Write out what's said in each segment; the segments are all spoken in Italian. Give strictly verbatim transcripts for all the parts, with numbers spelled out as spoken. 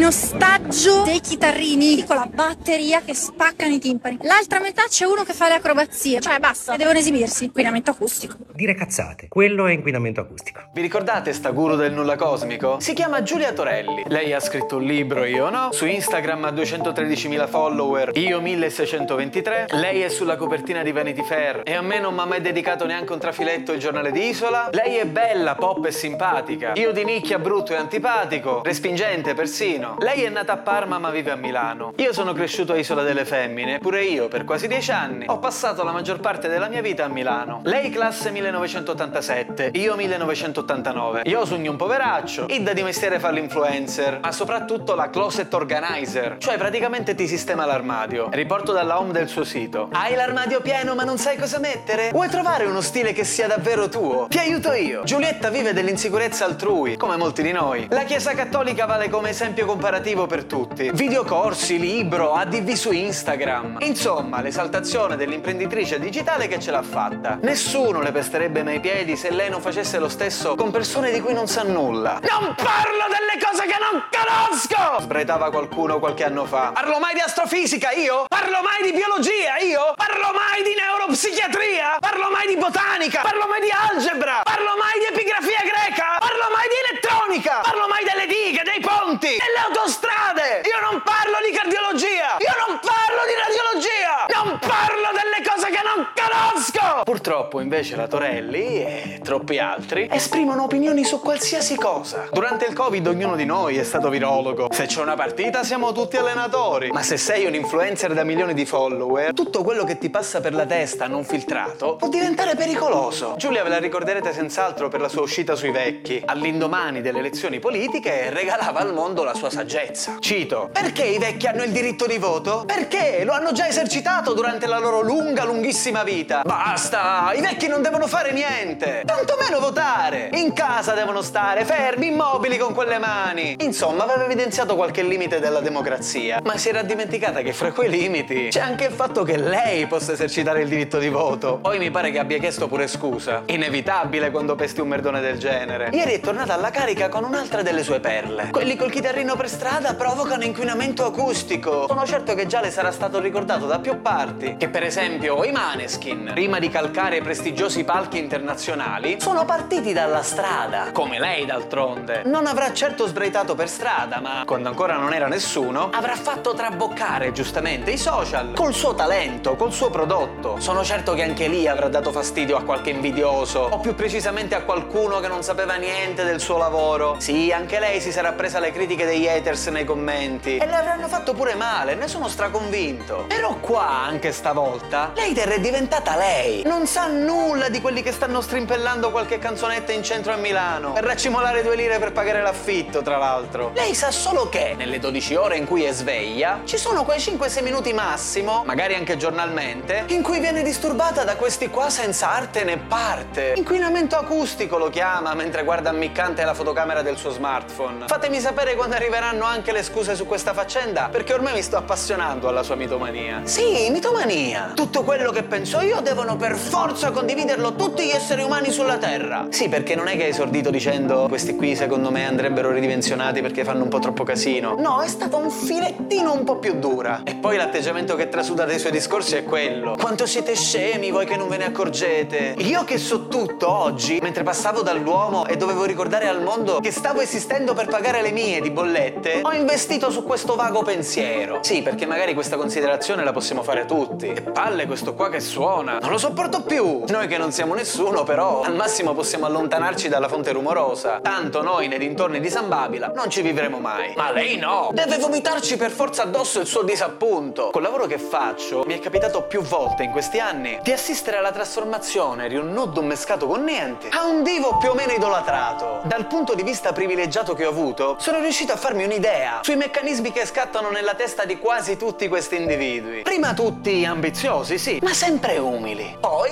ostaggio dei chitarrini con la batteria che spaccano i timpani. L'altra metà c'è uno che fa le acrobazie, cioè basta, e devono esibirsi. Inquinamento acustico. Dire cazzate, quello è inquinamento acustico. Vi ricordate sta guru del nulla cosmico? Si chiama Giulia Torelli. Lei ha scritto un libro, io no. Su Instagram ha duecentotredicimila follower, io milleseicentoventitré. Lei è sulla copertina di Vanity Fair e a me non mi ha mai dedicato neanche un trafiletto il giornale di Isola. Lei è bella, pop e simpatica. Io di nicchia brutto e antipatico, respingente persino. Lei è nata a Parma ma vive a Milano. Io sono cresciuto a Isola delle Femmine, pure io per quasi dieci anni ho passato la maggior parte della mia vita a Milano. Lei classe millenovecentottantasette, io millenovecentottantanove. Io sogno un poveraccio, Ida di mestiere fa l'influencer, ma soprattutto la closet organizer, cioè praticamente ti sistema l'armadio. Riporto dalla home del suo sito. Hai l'armadio pieno ma non sai cosa mettere? Vuoi trovare uno stile che sia davvero tuo? Ti aiuto io. Giulietta vive dell'insicurezza altrui, come molti di noi. La Chiesa Cattolica vale come esempio comparativo per tutti. Videocorsi, libro, A D V su Instagram. Insomma, l'esaltazione dell'imprenditrice digitale che ce l'ha fatta. Nessuno le pesterebbe mai i piedi se lei non facesse lo stesso con persone di cui non sa nulla. Non parlo delle cose che non conosco! Sbraitava qualcuno qualche anno fa. Parlo mai di astrofisica io? Parlo mai di biologia io? Parlo mai di neuropsichiatria? Parlo mai di botanica? Parlo mai di algebra? Parlo mai di epigrafia greca? Parlo mai di elettronica? Parlo mai delle dighe, dei ponti, delle autostrade? Io non parlo di cardiologia! Io non parlo di radiologia! Non parlo delle cose che non conosco! Purtroppo invece la Torelli e troppi altri esprimono opinioni su qualsiasi cosa. Durante il Covid ognuno di noi è stato virologo. Se c'è una partita siamo tutti allenatori. Ma se sei un influencer da milioni di follower, tutto quello che ti passa per la testa non filtrato può diventare pericoloso. Giulia ve la ricorderete senz'altro per la sua uscita sui vecchi. All'indomani delle elezioni politiche regalava al mondo la sua saggezza. Cito: perché i vecchi hanno il diritto di voto? Perché lo hanno già esercitato durante la loro lunga, lunghissima vita. Basta! I vecchi non devono fare niente, tantomeno votare. In casa devono stare fermi, immobili con quelle mani. Insomma, aveva evidenziato qualche limite della democrazia, ma si era dimenticata che fra quei limiti c'è anche il fatto che lei possa esercitare il diritto di voto. Poi mi pare che abbia chiesto pure scusa. Inevitabile quando pesti un merdone del genere. Ieri è tornata alla carica con un'altra delle sue perle. Quelli col chitarrino per strada provocano inquinamento acustico. Sono certo che già le sarà stato ricordato da più parti che per esempio i Maneskin, prima di calcare prestigiosi palchi internazionali, sono partiti dalla strada, come lei d'altronde. Non avrà certo sbraitato per strada, ma quando ancora non era nessuno, avrà fatto traboccare giustamente i social col suo talento, col suo prodotto. Sono certo che anche lì avrà dato fastidio a qualche invidioso, o più precisamente a qualcuno che non sapeva niente del suo lavoro. Sì, anche lei si sarà presa le critiche degli haters nei commenti e le avranno fatto pure male, ne sono straconvinto. Però qua, anche stavolta, l'hater è diventata lei. Non sa nulla di quelli che stanno strimpellando qualche canzonetta in centro a Milano per raccimolare due lire per pagare l'affitto, tra l'altro. Lei sa solo che nelle dodici ore in cui è sveglia ci sono quei cinque sei minuti massimo, magari anche giornalmente, in cui viene disturbata da questi qua senza arte né parte. Inquinamento acustico lo chiama mentre guarda ammiccante la fotocamera del suo smartphone. Fatemi sapere quando arriveranno anche le scuse su questa faccenda, perché ormai mi sto appassionando alla sua mitomania. Sì, mitomania. Tutto quello che penso io devono per forza condividerlo tutti gli esseri umani sulla Terra. Sì, perché non è che hai esordito dicendo questi qui secondo me andrebbero ridimensionati perché fanno un po' troppo casino. No, è stata un filettino un po' più dura. E poi l'atteggiamento che trasuda dai suoi discorsi è quello: quanto siete scemi voi che non ve ne accorgete. Io che so tutto oggi, mentre passavo dall'uomo e dovevo ricordare al mondo che stavo esistendo per pagare le mie di bollette, ho investito su questo vago pensiero. Sì, perché magari questa considerazione la possiamo fare tutti. E palle questo qua che suona, non lo sopporto più. Noi che non siamo nessuno, però al massimo possiamo allontanarci dalla fonte rumorosa. Tanto noi nei dintorni di San Babila non ci vivremo mai. Ma lei no, deve vomitarci per forza addosso il suo disappunto. Col lavoro che faccio mi è capitato più volte in questi anni di assistere alla trasformazione di un nudo mescato con niente a un divo più o meno idolatrato. Dal punto di vista privilegiato che ho avuto, sono riuscito a farmi un'idea sui meccanismi che scattano nella testa di quasi tutti questi individui. Prima tutti ambiziosi, sì, ma sempre umili. Poi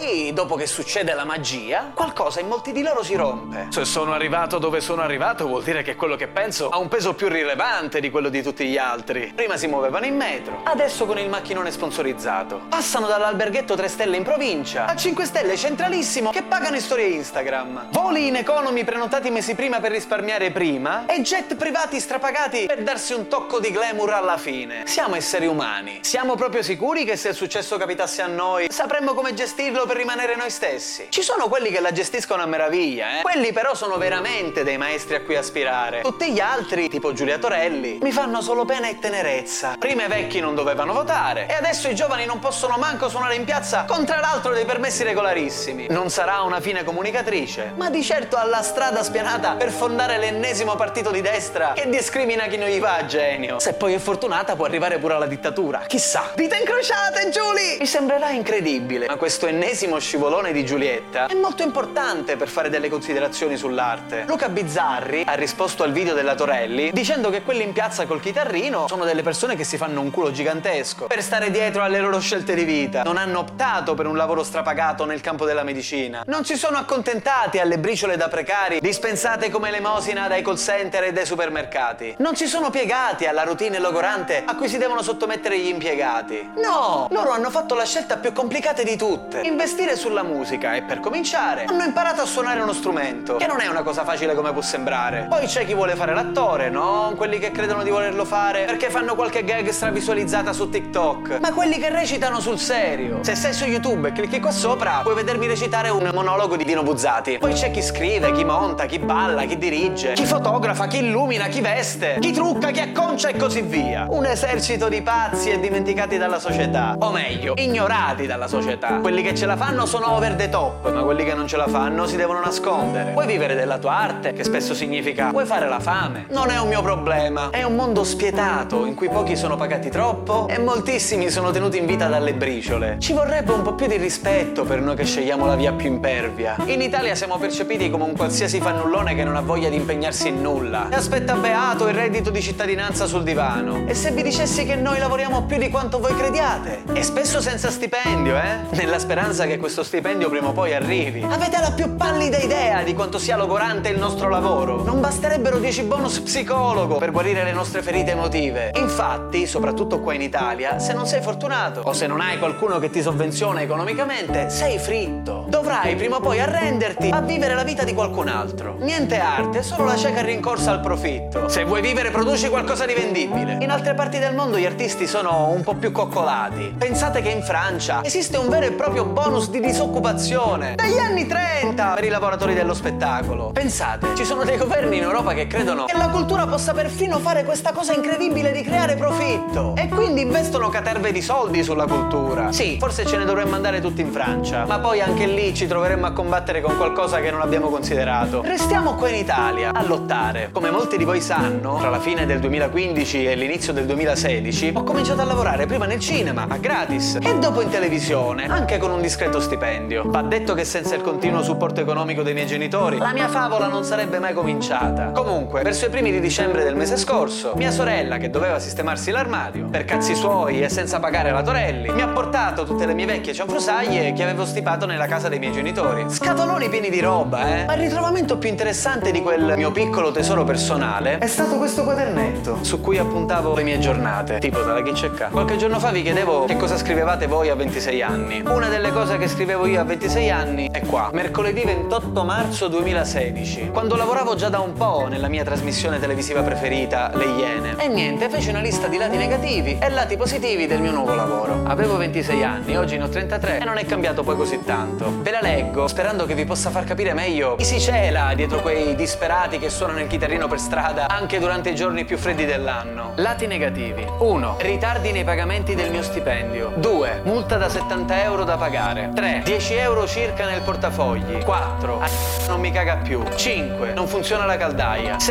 poi, dopo che succede la magia, qualcosa in molti di loro si rompe. Se sono arrivato dove sono arrivato vuol dire che quello che penso ha un peso più rilevante di quello di tutti gli altri. Prima si muovevano in metro, adesso con il macchinone sponsorizzato. Passano dall'alberghetto tre stelle in provincia a cinque stelle centralissimo che pagano in storie Instagram. Voli in economy prenotati mesi prima per risparmiare prima e jet privati strapagati per darsi un tocco di glamour alla fine. Siamo esseri umani. Siamo proprio sicuri che se il successo capitasse a noi sapremmo come gestirlo per rimanere noi stessi? Ci sono quelli che la gestiscono a meraviglia, eh? Quelli però sono veramente dei maestri a cui aspirare. Tutti gli altri, tipo Giulia Torelli, mi fanno solo pena e tenerezza. Prima i vecchi non dovevano votare e adesso i giovani non possono manco suonare in piazza con tra l'altro dei permessi regolarissimi. Non sarà una fine comunicatrice, ma di certo ha la strada spianata per fondare l'ennesimo partito di destra che discrimina chi non gli va a genio. Se poi è fortunata può arrivare pure alla dittatura, chissà. Dita incrociate, Giulie! Mi sembrerà incredibile, ma questo ennesimo scivolone di Giulietta è molto importante per fare delle considerazioni sull'arte. Luca Bizzarri ha risposto al video della Torelli dicendo che quelli in piazza col chitarrino sono delle persone che si fanno un culo gigantesco per stare dietro alle loro scelte di vita. Non hanno optato per un lavoro strapagato nel campo della medicina. Non si sono accontentati alle briciole da precari dispensate come elemosina dai call center e dai supermercati. Non si sono piegati alla routine logorante a cui si devono sottomettere gli impiegati. No! Loro hanno fatto la scelta più complicata di tutte: investire sulla musica, e per cominciare hanno imparato a suonare uno strumento, che non è una cosa facile come può sembrare. Poi c'è chi vuole fare l'attore, non quelli che credono di volerlo fare perché fanno qualche gag stravisualizzata su TikTok, ma quelli che recitano sul serio. Se sei su YouTube e clicchi qua sopra puoi vedermi recitare un monologo di Dino Buzzati. Poi c'è chi scrive, chi monta, chi balla, chi dirige, chi fotografa, chi illumina, chi veste, chi trucca, chi acconcia e così via. Un esercito di pazzi e dimenticati dalla società, o meglio, ignorati dalla società. Quelli che ce la fanno sono over the top, ma quelli che non ce la fanno si devono nascondere. Vuoi vivere della tua arte, che spesso significa vuoi fare la fame? Non è un mio problema. È un mondo spietato in cui pochi sono pagati troppo e moltissimi sono tenuti in vita dalle briciole. Ci vorrebbe un po' più di rispetto per noi che scegliamo la via più impervia. In Italia siamo percepiti come un qualsiasi fannullone che non ha voglia di impegnarsi in nulla e aspetta beato il reddito di cittadinanza sul divano. E se vi dicessi che noi lavoriamo più di quanto voi crediate? E spesso senza stipendio, eh? Nella speranza che questo stipendio prima o poi arrivi. Avete la più pallida idea di quanto sia logorante il nostro lavoro? Non basterebbero dieci bonus psicologo per guarire le nostre ferite emotive. Infatti, soprattutto qua in Italia, se non sei fortunato o se non hai qualcuno che ti sovvenziona economicamente, sei fritto. Dovrai prima o poi arrenderti a vivere la vita di qualcun altro. Niente arte, solo la cieca rincorsa al profitto. Se vuoi vivere, produci qualcosa di vendibile. In altre parti del mondo gli artisti sono un po' più coccolati. Pensate che in Francia esiste un vero e proprio bonus di disoccupazione dagli anni trenta per i lavoratori dello spettacolo. Pensate, ci sono dei governi in Europa che credono che la cultura possa perfino fare questa cosa incredibile di creare profitto e quindi investono caterve di soldi sulla cultura. Sì, forse ce ne dovremmo andare tutti in Francia, ma poi anche lì ci troveremmo a combattere con qualcosa che non abbiamo considerato. Restiamo qua in Italia a lottare. Come molti di voi sanno, tra la fine del duemilaquindici e l'inizio del duemilasedici ho cominciato a lavorare prima nel cinema, a gratis, e dopo in televisione, anche con un discreto stipendio. Va detto che senza il continuo supporto economico dei miei genitori, la mia favola non sarebbe mai cominciata. Comunque, verso i primi di dicembre del mese scorso, mia sorella, che doveva sistemarsi l'armadio, per cazzi suoi e senza pagare la Torelli, mi ha portato tutte le mie vecchie cianfrusaglie che avevo stipato nella casa dei miei genitori. Scatoloni pieni di roba, eh? Ma il ritrovamento più interessante di quel mio piccolo tesoro personale è stato questo quadernetto, su cui appuntavo le mie giornate, tipo dalla chi c'è qua. Qualche giorno fa vi chiedevo che cosa scrivevate voi a ventisei anni. Una delle cose che scrivevo io a ventisei anni è qua, mercoledì ventotto marzo duemilasedici, quando lavoravo già da un po' nella mia trasmissione televisiva preferita, Le Iene. E niente, feci una lista di lati negativi e lati positivi del mio nuovo lavoro. Avevo ventisei anni, oggi ne ho trentatré e non è cambiato poi così tanto. Ve la leggo sperando che vi possa far capire meglio chi si cela dietro quei disperati che suonano il chitarrino per strada anche durante i giorni più freddi dell'anno. Lati negativi: uno. Ritardi nei pagamenti del mio stipendio. due. Multa da settanta euro da pagare. tre. dieci euro circa nel portafogli. quattro. Non mi caga più. cinque. Non funziona la caldaia. sei.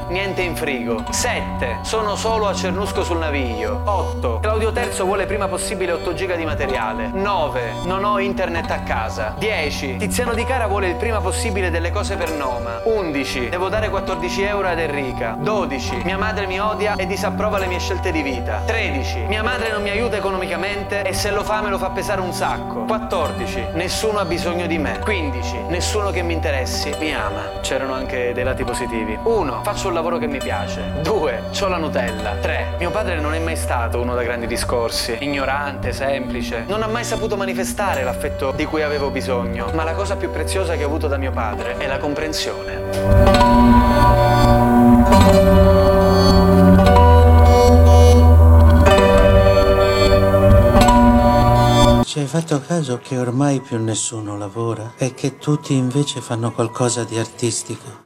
niente in frigo. sette. Sono solo a Cernusco sul Naviglio. otto. Claudio terzo vuole prima possibile otto giga di materiale. nove. Non ho internet a casa. dieci. Tiziano Di Cara vuole il prima possibile delle cose per Noma. undici. Devo dare quattordici euro ad Enrica. dodici. Mia madre mi odia e disapprova le mie scelte di vita. tredici. Mia madre non mi aiuta economicamente e se lo fa me lo fa pesare un sacco. quattordici. Nessuno ha bisogno di me. quindici. Nessuno che mi interessi mi ama. C'erano anche dei lati positivi. uno. Faccio un lavoro che mi piace. due. C'ho la Nutella. tre. Mio padre non è mai stato uno da grandi discorsi. Ignorante, semplice. Non ha mai saputo manifestare l'affetto di cui avevo bisogno. Ma la cosa più preziosa che ho avuto da mio padre è la comprensione. Ci hai fatto caso che ormai più nessuno lavora e che tutti invece fanno qualcosa di artistico?